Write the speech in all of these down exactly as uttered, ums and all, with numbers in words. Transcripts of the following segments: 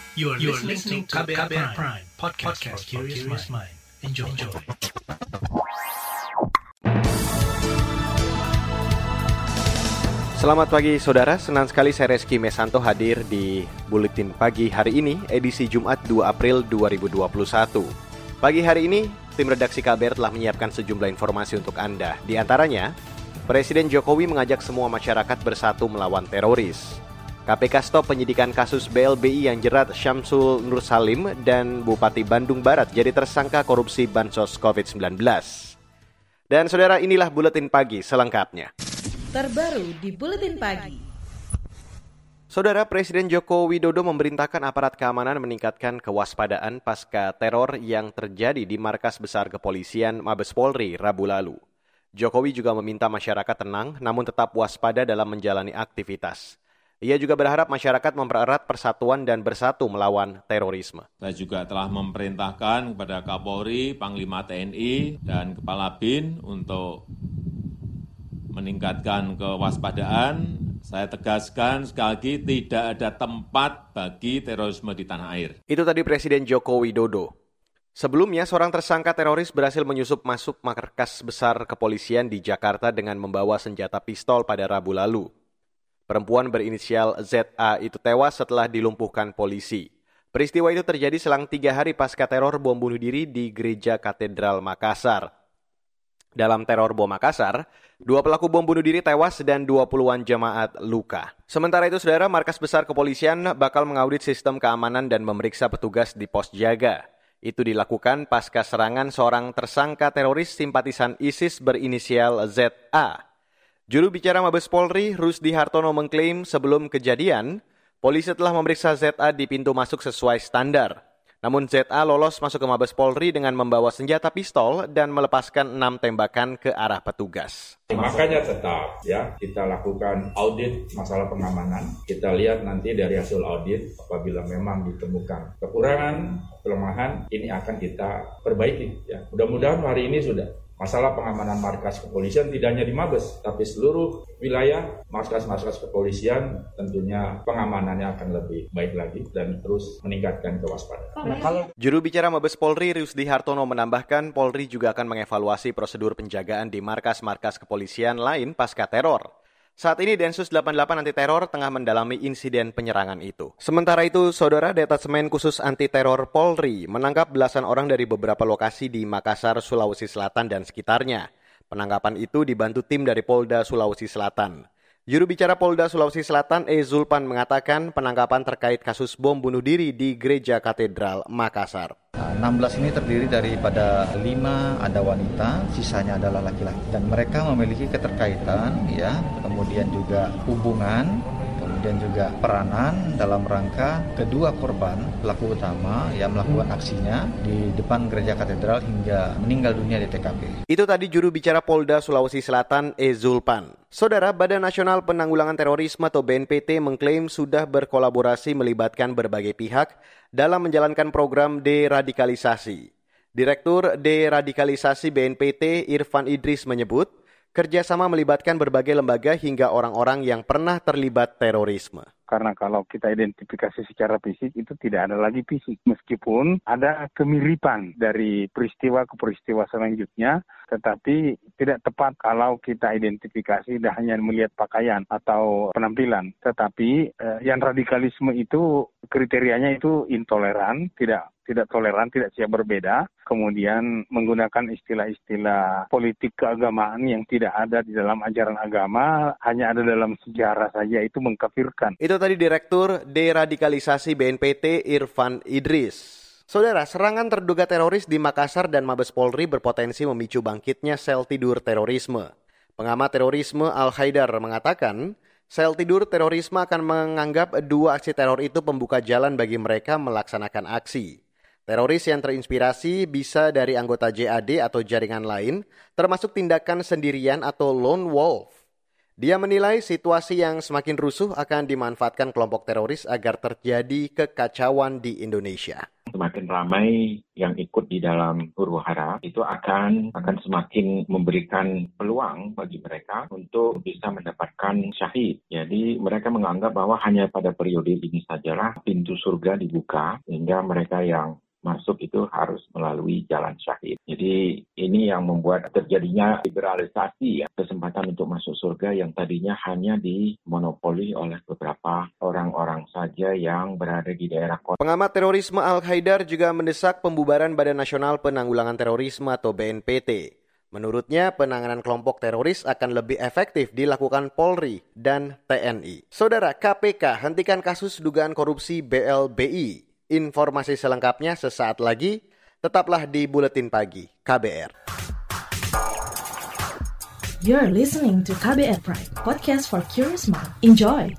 You are listening to K B R Prime, podcast for curious mind. Enjoy. Enjoy. Selamat pagi saudara, senang sekali saya Reski Mesanto hadir di Buletin Pagi hari ini, edisi Jumat dua April dua ribu dua puluh satu. Pagi hari ini, tim redaksi K B R telah menyiapkan sejumlah informasi untuk Anda. Di antaranya, Presiden Jokowi mengajak semua masyarakat bersatu melawan teroris. K P K stop penyidikan kasus B L B I yang jerat Syamsul Nur Salim dan Bupati Bandung Barat jadi tersangka korupsi bansos covid sembilan belas. Dan saudara, inilah Buletin Pagi selengkapnya. Terbaru di Buletin Pagi. Saudara, Presiden Joko Widodo memerintahkan aparat keamanan meningkatkan kewaspadaan pasca teror yang terjadi di markas besar kepolisian Mabes Polri Rabu lalu. Jokowi juga meminta masyarakat tenang namun tetap waspada dalam menjalani aktivitas. Ia juga berharap masyarakat mempererat persatuan dan bersatu melawan terorisme. Saya juga telah memerintahkan kepada Kapolri, Panglima T N I, dan Kepala BIN untuk meningkatkan kewaspadaan. Saya tegaskan sekali lagi, tidak ada tempat bagi terorisme di tanah air. Itu tadi Presiden Joko Widodo. Sebelumnya, seorang tersangka teroris berhasil menyusup masuk markas besar kepolisian di Jakarta dengan membawa senjata pistol pada Rabu lalu. Perempuan berinisial Z A itu tewas setelah dilumpuhkan polisi. Peristiwa itu terjadi selang tiga hari pasca teror bom bunuh diri di Gereja Katedral Makassar. Dalam teror bom Makassar, dua pelaku bom bunuh diri tewas dan dua puluhan jemaat luka. Sementara itu, saudara, markas besar kepolisian bakal mengaudit sistem keamanan dan memeriksa petugas di pos jaga. Itu dilakukan pasca serangan seorang tersangka teroris simpatisan ISIS berinisial Z A. Juru bicara Mabes Polri, Rusdi Hartono, mengklaim sebelum kejadian, polisi telah memeriksa Z A di pintu masuk sesuai standar. Namun Z A lolos masuk ke Mabes Polri dengan membawa senjata pistol dan melepaskan enam tembakan ke arah petugas. Makanya tetap ya kita lakukan audit masalah pengamanan. Kita lihat nanti dari hasil audit apabila memang ditemukan kekurangan, kelemahan, ini akan kita perbaiki. Ya. Mudah-mudahan hari ini sudah. Masalah pengamanan markas kepolisian tidak hanya di Mabes, tapi seluruh wilayah markas-markas kepolisian tentunya pengamanannya akan lebih baik lagi dan terus meningkatkan kewaspadaan. Juru bicara Mabes Polri, Rusdi Hartono, menambahkan Polri juga akan mengevaluasi prosedur penjagaan di markas-markas kepolisian lain pasca teror. Saat ini Densus delapan puluh delapan Anti Teror tengah mendalami insiden penyerangan itu. Sementara itu, saudara, Detasemen Khusus Anti Teror Polri menangkap belasan orang dari beberapa lokasi di Makassar, Sulawesi Selatan dan sekitarnya. Penangkapan itu dibantu tim dari Polda Sulawesi Selatan. Juru bicara Polda Sulawesi Selatan, E. Zulpan, mengatakan penangkapan terkait kasus bom bunuh diri di Gereja Katedral Makassar. enam belas ini terdiri daripada lima ada wanita, sisanya adalah laki-laki. Dan mereka memiliki keterkaitan, ya, kemudian juga hubungan, kemudian juga peranan dalam rangka kedua korban, pelaku utama yang melakukan aksinya di depan Gereja Katedral hingga meninggal dunia di T K P. Itu tadi juru bicara Polda Sulawesi Selatan, E. Zulpan. Saudara, Badan Nasional Penanggulangan Terorisme atau B N P T mengklaim sudah berkolaborasi melibatkan berbagai pihak dalam menjalankan program deradikalisasi. Direktur Deradikalisasi B N P T Irfan Idris menyebut, kerjasama melibatkan berbagai lembaga hingga orang-orang yang pernah terlibat terorisme. Karena kalau kita identifikasi secara fisik itu tidak ada lagi fisik. Meskipun ada kemiripan dari peristiwa ke peristiwa selanjutnya, tetapi tidak tepat kalau kita identifikasi tidak hanya melihat pakaian atau penampilan. Tetapi eh, yang radikalisme itu kriterianya itu intoleran, tidak tidak toleran, tidak siap berbeda, kemudian menggunakan istilah-istilah politik keagamaan yang tidak ada di dalam ajaran agama, hanya ada dalam sejarah saja, itu mengkafirkan. Itu tadi Direktur Deradikalisasi B N P T Irfan Idris. Saudara, serangan terduga teroris di Makassar dan Mabes Polri berpotensi memicu bangkitnya sel tidur terorisme. Pengamat terorisme Al-Haidar mengatakan, sel tidur terorisme akan menganggap dua aksi teror itu pembuka jalan bagi mereka melaksanakan aksi. Teroris yang terinspirasi bisa dari anggota J A D atau jaringan lain, termasuk tindakan sendirian atau lone wolf. Dia menilai situasi yang semakin rusuh akan dimanfaatkan kelompok teroris agar terjadi kekacauan di Indonesia. semakin ramai yang ikut di dalam huru-hara, itu akan akan semakin memberikan peluang bagi mereka untuk bisa mendapatkan syahid. Jadi mereka menganggap bahwa hanya pada periode ini sajalah pintu surga dibuka, sehingga mereka yang masuk itu harus melalui jalan syahid. Jadi ini yang membuat terjadinya liberalisasi ya, kesempatan untuk masuk surga yang tadinya hanya dimonopoli oleh beberapa orang-orang saja yang berada di daerah kota. Pengamat terorisme Al-Haidar juga mendesak pembubaran Badan Nasional Penanggulangan Terorisme atau B N P T. Menurutnya, penanganan kelompok teroris akan lebih efektif dilakukan Polri dan T N I. Saudara, K P K hentikan kasus dugaan korupsi B L B I. Informasi selengkapnya sesaat lagi, tetaplah di Buletin Pagi K B R. You're listening to K B R Prime, podcast for curious mind. Enjoy!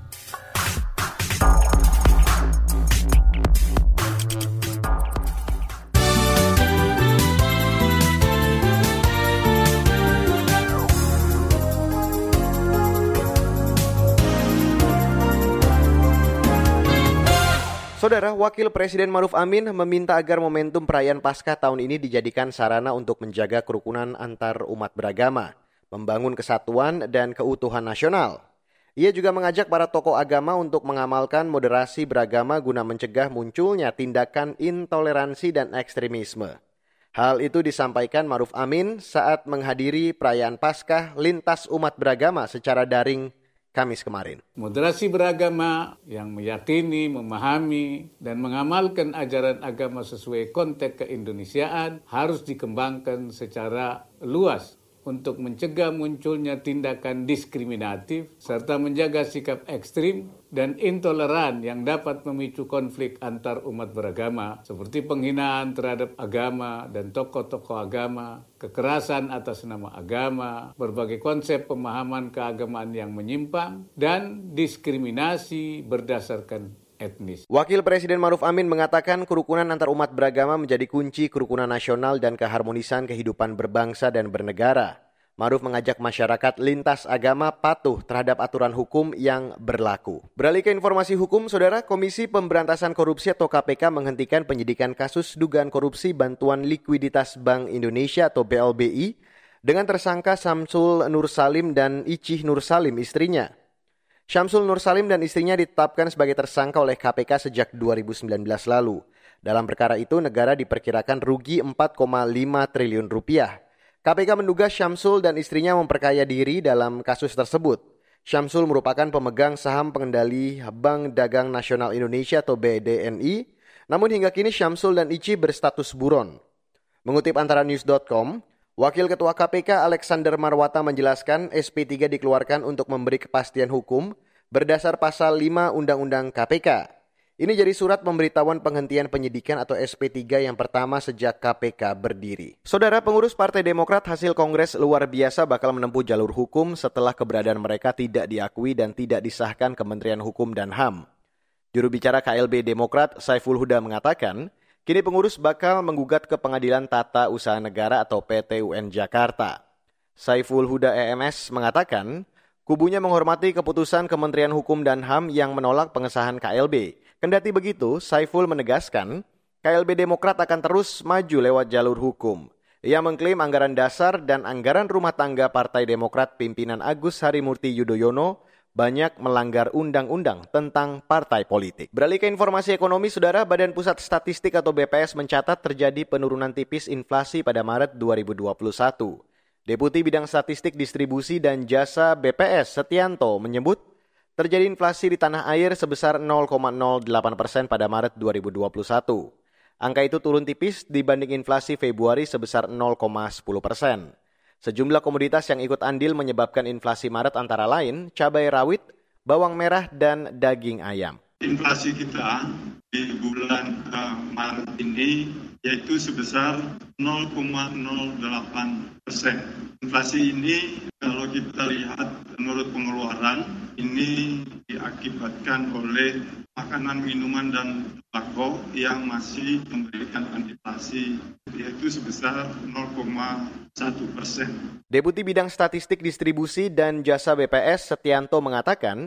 Saudara, Wakil Presiden Maruf Amin meminta agar momentum perayaan Paskah tahun ini dijadikan sarana untuk menjaga kerukunan antar umat beragama, membangun kesatuan dan keutuhan nasional. Ia juga mengajak para tokoh agama untuk mengamalkan moderasi beragama guna mencegah munculnya tindakan intoleransi dan ekstremisme. Hal itu disampaikan Maruf Amin saat menghadiri perayaan Paskah lintas umat beragama secara daring Kamis kemarin. Moderasi beragama yang meyakini, memahami, dan mengamalkan ajaran agama sesuai konteks keindonesiaan harus dikembangkan secara luas untuk mencegah munculnya tindakan diskriminatif serta menjaga sikap ekstrim dan intoleran yang dapat memicu konflik antar umat beragama seperti penghinaan terhadap agama dan tokoh-tokoh agama, kekerasan atas nama agama, berbagai konsep pemahaman keagamaan yang menyimpang, dan diskriminasi berdasarkan etnis. Wakil Presiden Maruf Amin mengatakan kerukunan antar umat beragama menjadi kunci kerukunan nasional dan keharmonisan kehidupan berbangsa dan bernegara. Maruf mengajak masyarakat lintas agama patuh terhadap aturan hukum yang berlaku. Beralih ke informasi hukum, Saudara, Komisi Pemberantasan Korupsi atau K P K menghentikan penyidikan kasus dugaan korupsi bantuan likuiditas Bank Indonesia atau B L B I dengan tersangka Syamsul Nur Salim dan Icih Nur Salim istrinya. Syamsul Nur Salim dan istrinya ditetapkan sebagai tersangka oleh K P K sejak dua ribu sembilan belas lalu. Dalam perkara itu, negara diperkirakan rugi empat koma lima triliun rupiah. K P K menduga Syamsul dan istrinya memperkaya diri dalam kasus tersebut. Syamsul merupakan pemegang saham pengendali Bank Dagang Nasional Indonesia atau B D N I, namun hingga kini Syamsul dan Icih berstatus buron. Mengutip antara news dot com, Wakil Ketua K P K Alexander Marwata menjelaskan S P tiga dikeluarkan untuk memberi kepastian hukum berdasar pasal lima Undang-Undang K P K. Ini jadi surat pemberitahuan penghentian penyidikan atau S P tiga yang pertama sejak K P K berdiri. Saudara, pengurus Partai Demokrat hasil Kongres luar biasa bakal menempuh jalur hukum setelah keberadaan mereka tidak diakui dan tidak disahkan Kementerian Hukum dan H A M. Juru bicara K L B Demokrat Saiful Huda mengatakan, kini pengurus bakal menggugat ke Pengadilan Tata Usaha Negara atau P T U N Jakarta. Saiful Huda E M S mengatakan, kubunya menghormati keputusan Kementerian Hukum dan H A M yang menolak pengesahan K L B. Kendati begitu, Saiful menegaskan, K L B Demokrat akan terus maju lewat jalur hukum. Ia mengklaim anggaran dasar dan anggaran rumah tangga Partai Demokrat pimpinan Agus Harimurti Yudhoyono banyak melanggar undang-undang tentang partai politik. Beralih ke informasi ekonomi, Saudara, Badan Pusat Statistik atau B P S mencatat terjadi penurunan tipis inflasi pada Maret dua ribu dua puluh satu. Deputi Bidang Statistik Distribusi dan Jasa B P S Setianto menyebut terjadi inflasi di tanah air sebesar nol koma nol delapan persen pada Maret dua ribu dua puluh satu. Angka itu turun tipis dibanding inflasi Februari sebesar nol koma sepuluh persen. Sejumlah komoditas yang ikut andil menyebabkan inflasi Maret antara lain cabai rawit, bawang merah, dan daging ayam. Inflasi kita di bulan uh, Maret ini yaitu sebesar nol koma nol delapan persen. Inflasi ini kalau kita lihat menurut pengeluaran ini diakibatkan oleh makanan, minuman, dan tembakau yang masih memberikan antiflasi yaitu sebesar nol koma satu persen. Deputi Bidang Statistik Distribusi dan Jasa B P S Setianto mengatakan,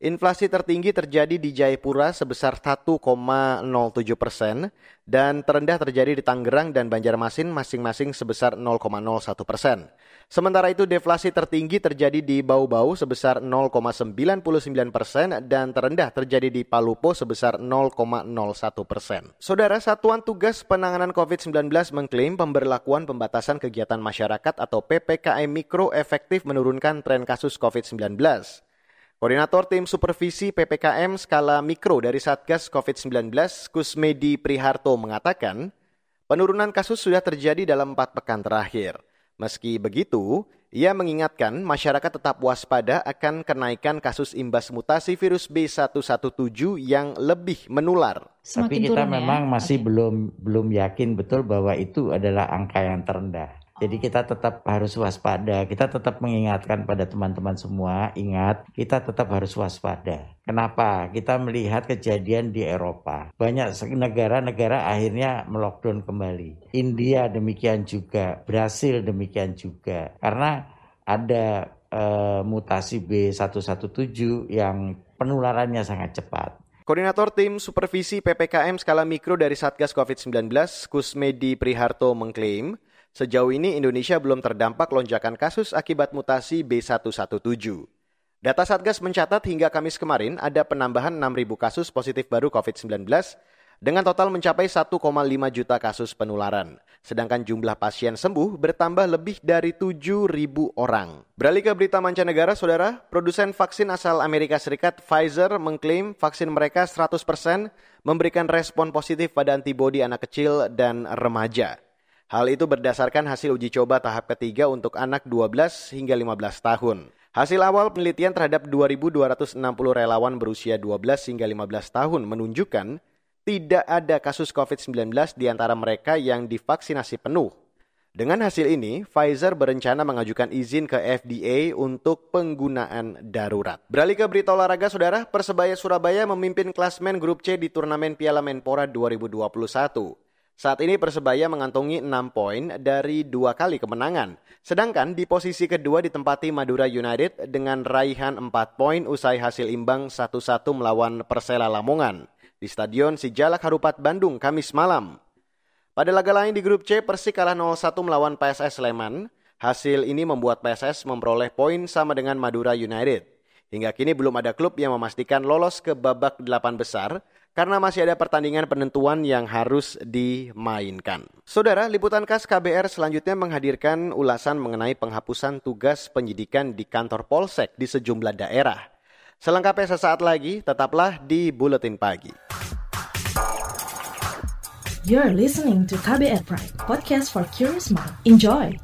Inflasi tertinggi terjadi di Jayapura sebesar satu koma nol tujuh persen dan terendah terjadi di Tangerang dan Banjarmasin masing-masing sebesar nol koma nol satu persen. Sementara itu deflasi tertinggi terjadi di Bau-Bau sebesar nol koma sembilan sembilan persen dan terendah terjadi di Palupo sebesar nol koma nol satu persen. Saudara, Satuan Tugas Penanganan covid sembilan belas mengklaim pemberlakuan pembatasan kegiatan masyarakat atau P P K M Mikro efektif menurunkan tren kasus covid sembilan belas. Koordinator Tim Supervisi P P K M skala mikro dari Satgas covid sembilan belas, Kusmedi Priharto mengatakan, penurunan kasus sudah terjadi dalam empat pekan terakhir. Meski begitu, ia mengingatkan masyarakat tetap waspada akan kenaikan kasus imbas mutasi virus B satu satu tujuh yang lebih menular. Semakin Tapi kita memang ya? masih okay. belum belum yakin betul bahwa itu adalah angka yang terendah. Jadi kita tetap harus waspada, kita tetap mengingatkan pada teman-teman semua, ingat kita tetap harus waspada. Kenapa? Kita melihat kejadian di Eropa. Banyak negara-negara akhirnya melockdown kembali. India demikian juga, Brasil demikian juga. Karena ada uh, mutasi B satu satu tujuh yang penularannya sangat cepat. Koordinator Tim Supervisi P P K M skala mikro dari Satgas covid sembilan belas, Kusmedi Priharto mengklaim, sejauh ini Indonesia belum terdampak lonjakan kasus akibat mutasi B satu satu tujuh. Data Satgas mencatat hingga Kamis kemarin ada penambahan enam ribu kasus positif baru covid sembilan belas dengan total mencapai satu koma lima juta kasus penularan. Sedangkan jumlah pasien sembuh bertambah lebih dari tujuh ribu orang. Beralih ke berita mancanegara, saudara, produsen vaksin asal Amerika Serikat Pfizer mengklaim vaksin mereka seratus persen memberikan respon positif pada antibodi anak kecil dan remaja. Hal itu berdasarkan hasil uji coba tahap ketiga untuk anak dua belas hingga lima belas tahun. Hasil awal penelitian terhadap dua ribu dua ratus enam puluh relawan berusia dua belas hingga lima belas tahun menunjukkan tidak ada kasus covid sembilan belas di antara mereka yang divaksinasi penuh. Dengan hasil ini, Pfizer berencana mengajukan izin ke F D A untuk penggunaan darurat. Beralih ke berita olahraga, saudara, Persebaya Surabaya memimpin klasmen grup C di turnamen Piala Menpora dua ribu dua puluh satu. Saat ini Persebaya mengantongi enam poin dari dua kali kemenangan. Sedangkan di posisi kedua ditempati Madura United dengan raihan empat poin usai hasil imbang satu satu melawan Persela Lamongan di Stadion Sijalak Harupat Bandung Kamis malam. Pada laga lain di grup C, Persik kalah nol satu melawan P S S Sleman. Hasil ini membuat P S S memperoleh poin sama dengan Madura United. Hingga kini belum ada klub yang memastikan lolos ke babak delapan besar karena masih ada pertandingan penentuan yang harus dimainkan. Saudara, Liputan Khas K B R selanjutnya menghadirkan ulasan mengenai penghapusan tugas penyidikan di kantor Polsek di sejumlah daerah. Selengkapnya sesaat lagi, tetaplah di Buletin Pagi. You're listening to K B R Prime, podcast for curious mind. Enjoy!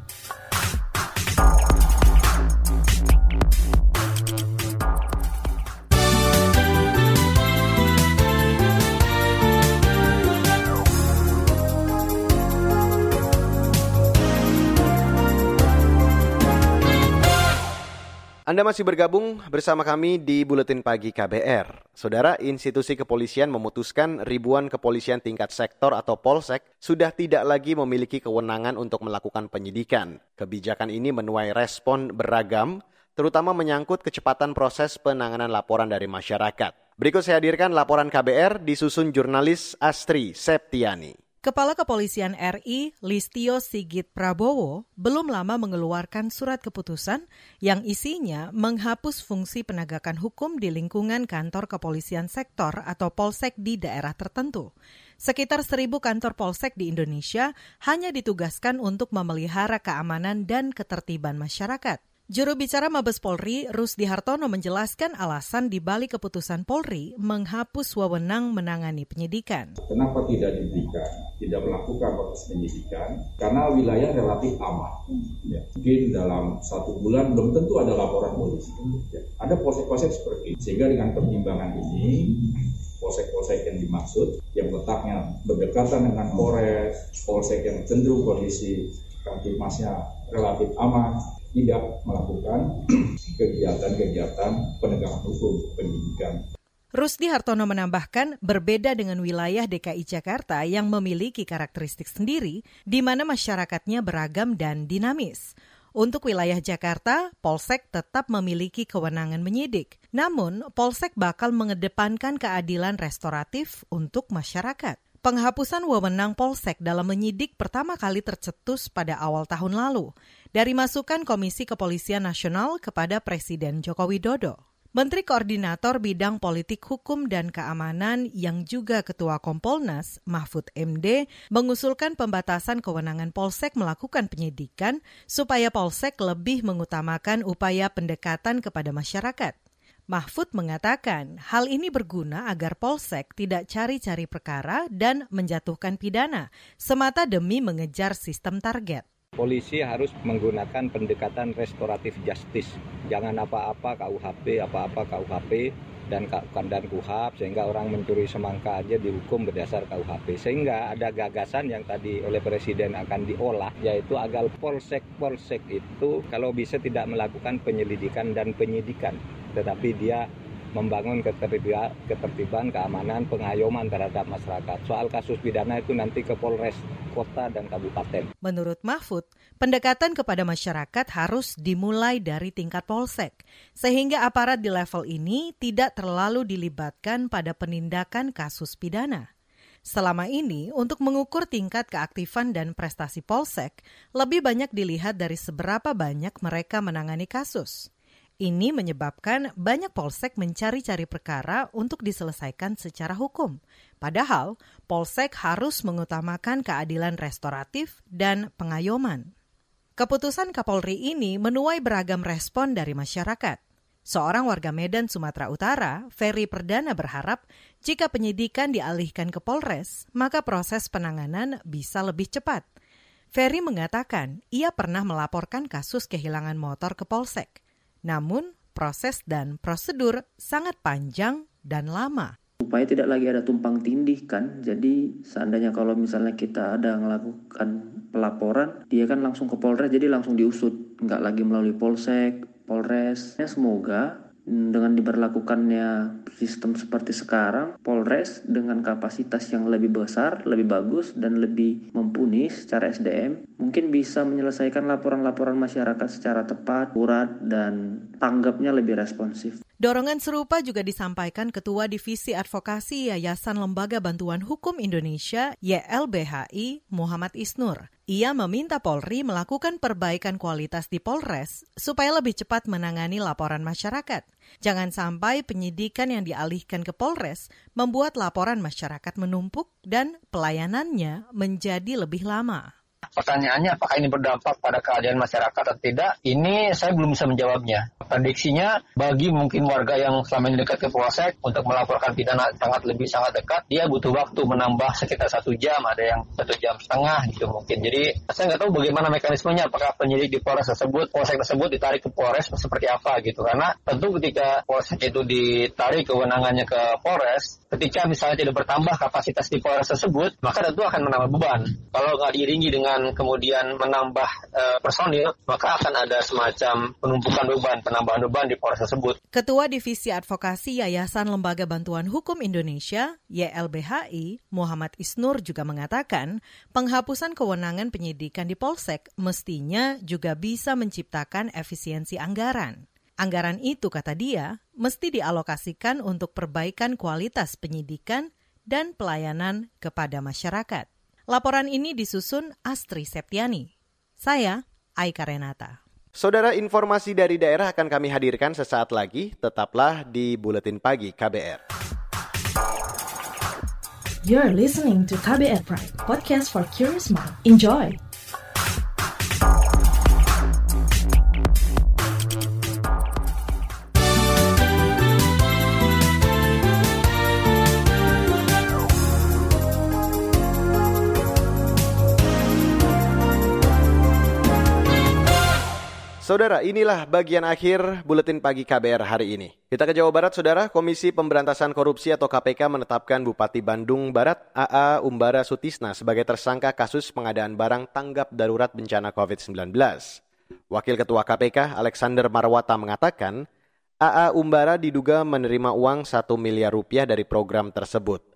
Anda masih bergabung bersama kami di Buletin Pagi K B R. Saudara, institusi kepolisian memutuskan ribuan kepolisian tingkat sektor atau polsek sudah tidak lagi memiliki kewenangan untuk melakukan penyidikan. Kebijakan ini menuai respon beragam, terutama menyangkut kecepatan proses penanganan laporan dari masyarakat. Berikut saya hadirkan laporan K B R disusun jurnalis Astri Septiani. Kepala Kepolisian R I, Listio Sigit Prabowo, belum lama mengeluarkan surat keputusan yang isinya menghapus fungsi penegakan hukum di lingkungan kantor kepolisian sektor atau polsek di daerah tertentu. Sekitar seribu kantor polsek di Indonesia hanya ditugaskan untuk memelihara keamanan dan ketertiban masyarakat. Juru bicara Mabes Polri, Rusdi Hartono menjelaskan alasan di balik keputusan Polri menghapus wewenang menangani penyidikan. Kenapa tidak diberikan, tidak melakukan proses penyidikan? Karena wilayah relatif aman. Ya. Mungkin dalam satu bulan belum tentu ada laporan polisi. Ya. Ada polsek-polsek seperti itu. Sehingga dengan pertimbangan ini, polsek-polsek yang dimaksud, yang letaknya berdekatan dengan Polres, polsek yang cenderung kondisi kamtipmasnya relatif aman, tidak melakukan kegiatan-kegiatan penegakan hukum penyidikan. Rusdi Hartono menambahkan, berbeda dengan wilayah D K I Jakarta yang memiliki karakteristik sendiri, di mana masyarakatnya beragam dan dinamis. Untuk wilayah Jakarta, Polsek tetap memiliki kewenangan menyidik. Namun, Polsek bakal mengedepankan keadilan restoratif untuk masyarakat. Penghapusan wewenang Polsek dalam menyidik pertama kali tercetus pada awal tahun lalu dari masukan Komisi Kepolisian Nasional kepada Presiden Joko Widodo. Menteri Koordinator Bidang Politik Hukum dan Keamanan yang juga Ketua Kompolnas, Mahfud M D, mengusulkan pembatasan kewenangan Polsek melakukan penyidikan supaya Polsek lebih mengutamakan upaya pendekatan kepada masyarakat. Mahfud mengatakan hal ini berguna agar Polsek tidak cari-cari perkara dan menjatuhkan pidana semata demi mengejar sistem target. Polisi harus menggunakan pendekatan restoratif justice. Jangan apa-apa K U H P, apa-apa K U H P dan dan K U H A P sehingga orang mencuri semangka aja dihukum berdasar K U H P. Sehingga ada gagasan yang tadi oleh Presiden akan diolah, yaitu agar Polsek-Polsek itu kalau bisa tidak melakukan penyelidikan dan penyidikan, tetapi dia membangun ketertiban, ketertiban, keamanan, pengayoman terhadap masyarakat. Soal kasus pidana itu nanti ke Polres, kota, dan kabupaten. Menurut Mahfud, pendekatan kepada masyarakat harus dimulai dari tingkat Polsek, sehingga aparat di level ini tidak terlalu dilibatkan pada penindakan kasus pidana. Selama ini, untuk mengukur tingkat keaktifan dan prestasi Polsek, lebih banyak dilihat dari seberapa banyak mereka menangani kasus. Ini menyebabkan banyak Polsek mencari-cari perkara untuk diselesaikan secara hukum. Padahal, Polsek harus mengutamakan keadilan restoratif dan pengayoman. Keputusan Kapolri ini menuai beragam respon dari masyarakat. Seorang warga Medan, Sumatera Utara, Ferry Perdana berharap jika penyidikan dialihkan ke Polres, maka proses penanganan bisa lebih cepat. Ferry mengatakan ia pernah melaporkan kasus kehilangan motor ke Polsek. Namun, proses dan prosedur sangat panjang dan lama. Supaya tidak lagi ada tumpang tindih kan, jadi seandainya kalau misalnya kita ada melakukan pelaporan, dia kan langsung ke Polres, jadi langsung diusut, nggak lagi melalui Polsek, Polres. Semoga dengan diberlakukannya sistem seperti sekarang, Polres dengan kapasitas yang lebih besar, lebih bagus, dan lebih mumpuni secara S D M, mungkin bisa menyelesaikan laporan-laporan masyarakat secara tepat, akurat, dan tanggapnya lebih responsif. Dorongan serupa juga disampaikan Ketua Divisi Advokasi Yayasan Lembaga Bantuan Hukum Indonesia Y L B H I Muhammad Isnur. Ia meminta Polri melakukan perbaikan kualitas di Polres supaya lebih cepat menangani laporan masyarakat. Jangan sampai penyidikan yang dialihkan ke Polres membuat laporan masyarakat menumpuk dan pelayanannya menjadi lebih lama. Pertanyaannya apakah ini berdampak pada keadilan masyarakat atau tidak, ini saya belum bisa menjawabnya. Prediksinya bagi mungkin warga yang selama ini dekat ke Polsek untuk melaporkan pidana sangat lebih sangat dekat, dia butuh waktu menambah sekitar satu jam, ada yang satu jam setengah gitu mungkin. Jadi saya nggak tahu bagaimana mekanismenya, apakah penyidik di Polres tersebut, Polsek tersebut ditarik ke Polres seperti apa gitu. Karena tentu ketika Polsek itu ditarik kewenangannya ke Polres, ketika misalnya tidak bertambah kapasitas di Polres tersebut, maka tentu akan menambah beban. Kalau nggak diiringi dengan kemudian menambah e, personil, maka akan ada semacam penumpukan beban, penambahan beban di Polres tersebut. Ketua Divisi Advokasi Yayasan Lembaga Bantuan Hukum Indonesia, Y L B H I, Muhammad Isnur juga mengatakan, penghapusan kewenangan penyidikan di Polsek mestinya juga bisa menciptakan efisiensi anggaran. Anggaran itu, kata dia, mesti dialokasikan untuk perbaikan kualitas penyidikan dan pelayanan kepada masyarakat. Laporan ini disusun Astri Septiani. Saya, Aika Renata. Saudara, informasi dari daerah akan kami hadirkan sesaat lagi. Tetaplah di Buletin Pagi K B R. You're listening to K B R Prime, podcast for curious mind. Enjoy! Saudara, inilah bagian akhir Buletin Pagi K B R hari ini. Kita ke Jawa Barat, Saudara. Komisi Pemberantasan Korupsi atau K P K menetapkan Bupati Bandung Barat A A Umbara Sutisna sebagai tersangka kasus pengadaan barang tanggap darurat bencana covid sembilan belas. Wakil Ketua K P K Alexander Marwata mengatakan A A Umbara diduga menerima uang satu miliar rupiah dari program tersebut.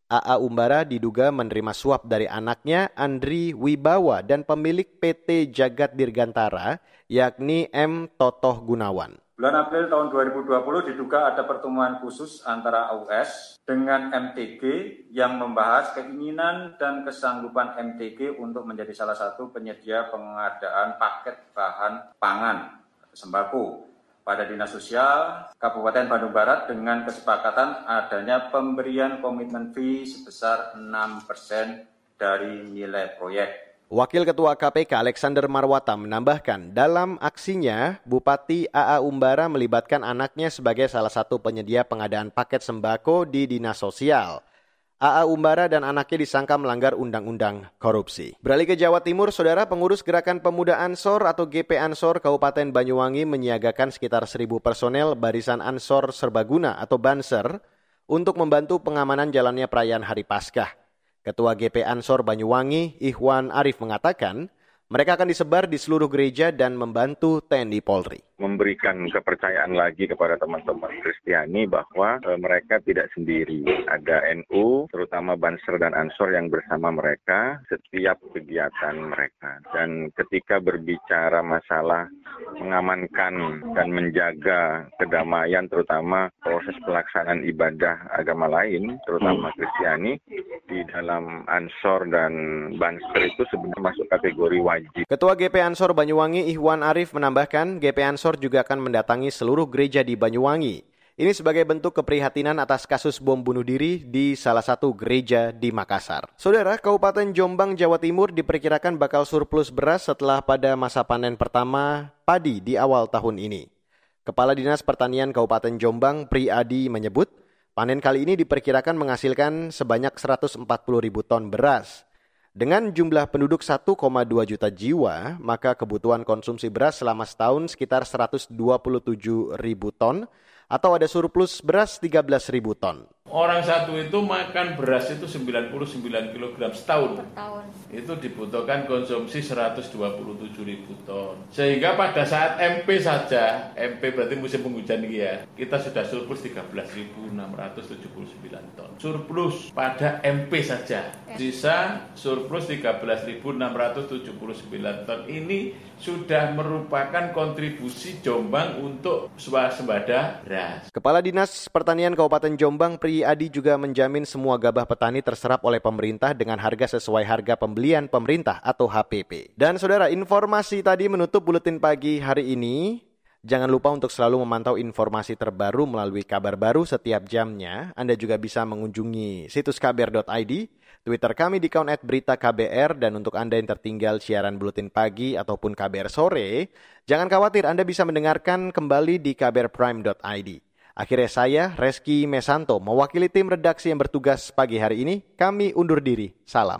A A Umbara diduga menerima suap dari anaknya Andri Wibawa dan pemilik P T Jagat Dirgantara yakni M. Totoh Gunawan. Bulan April tahun dua ribu dua puluh diduga ada pertemuan khusus antara A U S dengan M T G yang membahas keinginan dan kesanggupan M T G untuk menjadi salah satu penyedia pengadaan paket bahan pangan sembako pada Dinas Sosial Kabupaten Bandung Barat dengan kesepakatan adanya pemberian komitmen fee sebesar enam persen dari nilai proyek. Wakil Ketua K P K Alexander Marwata menambahkan, dalam aksinya Bupati A A Umbara melibatkan anaknya sebagai salah satu penyedia pengadaan paket sembako di Dinas Sosial. A A Umbara dan anaknya disangka melanggar undang-undang korupsi. Beralih ke Jawa Timur, saudara, pengurus Gerakan Pemuda Ansor atau G P Ansor Kabupaten Banyuwangi menyiagakan sekitar seribu personel Barisan Ansor Serbaguna atau Banser untuk membantu pengamanan jalannya perayaan Hari Paskah. Ketua G P Ansor Banyuwangi, Ikhwan Arif mengatakan, mereka akan disebar di seluruh gereja dan membantu T N I Polri. Memberikan kepercayaan lagi kepada teman-teman Kristiani bahwa e, mereka tidak sendiri. Ada N U, terutama Banser dan Ansor yang bersama mereka setiap kegiatan mereka. Dan ketika berbicara masalah mengamankan dan menjaga kedamaian, terutama proses pelaksanaan ibadah agama lain, terutama Kristiani, di dalam Ansor dan Banser itu sebenarnya masuk kategori wajib. Ketua G P Ansor Banyuwangi, Ikhwan Arif menambahkan, G P Ansor juga akan mendatangi seluruh gereja di Banyuwangi. Ini sebagai bentuk keprihatinan atas kasus bom bunuh diri di salah satu gereja di Makassar. Saudara, Kabupaten Jombang, Jawa Timur diperkirakan bakal surplus beras setelah pada masa panen pertama padi di awal tahun ini. Kepala Dinas Pertanian Kabupaten Jombang, Pri Adi, menyebut, panen kali ini diperkirakan menghasilkan sebanyak seratus empat puluh ribu ton beras. Dengan jumlah penduduk satu koma dua juta jiwa, maka kebutuhan konsumsi beras selama setahun sekitar seratus dua puluh tujuh ribu ton atau ada surplus beras tiga belas ribu ton. Orang satu itu makan beras itu sembilan puluh sembilan kilogram setahun. Per tahun. Itu dibutuhkan konsumsi seratus dua puluh tujuh ribu ton. Sehingga pada saat M P saja, M P berarti musim penghujan ini ya, kita sudah surplus tiga belas ribu enam ratus tujuh puluh sembilan ton. Surplus pada M P saja. Sisa surplus tiga belas ribu enam ratus tujuh puluh sembilan ton ini sudah merupakan kontribusi Jombang untuk swasembada beras. Kepala Dinas Pertanian Kabupaten Jombang, Pri Adi, juga menjamin semua gabah petani terserap oleh pemerintah dengan harga sesuai harga pembelian pemerintah atau H P P. Dan saudara, informasi tadi menutup buletin pagi hari ini. Jangan lupa untuk selalu memantau informasi terbaru melalui kabar baru setiap jamnya. Anda juga bisa mengunjungi situs k b r dot i d, Twitter kami di account at berita K B R, dan untuk Anda yang tertinggal siaran buletin pagi ataupun K B R sore, jangan khawatir, Anda bisa mendengarkan kembali di k b r prime dot i d. Akhirnya saya, Reski Mesanto, mewakili tim redaksi yang bertugas pagi hari ini, kami undur diri. Salam.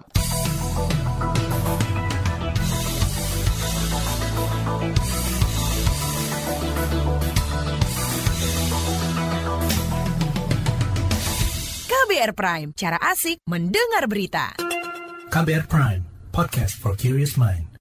K B R Prime, cara asik mendengar berita. K B R Prime, podcast for curious mind.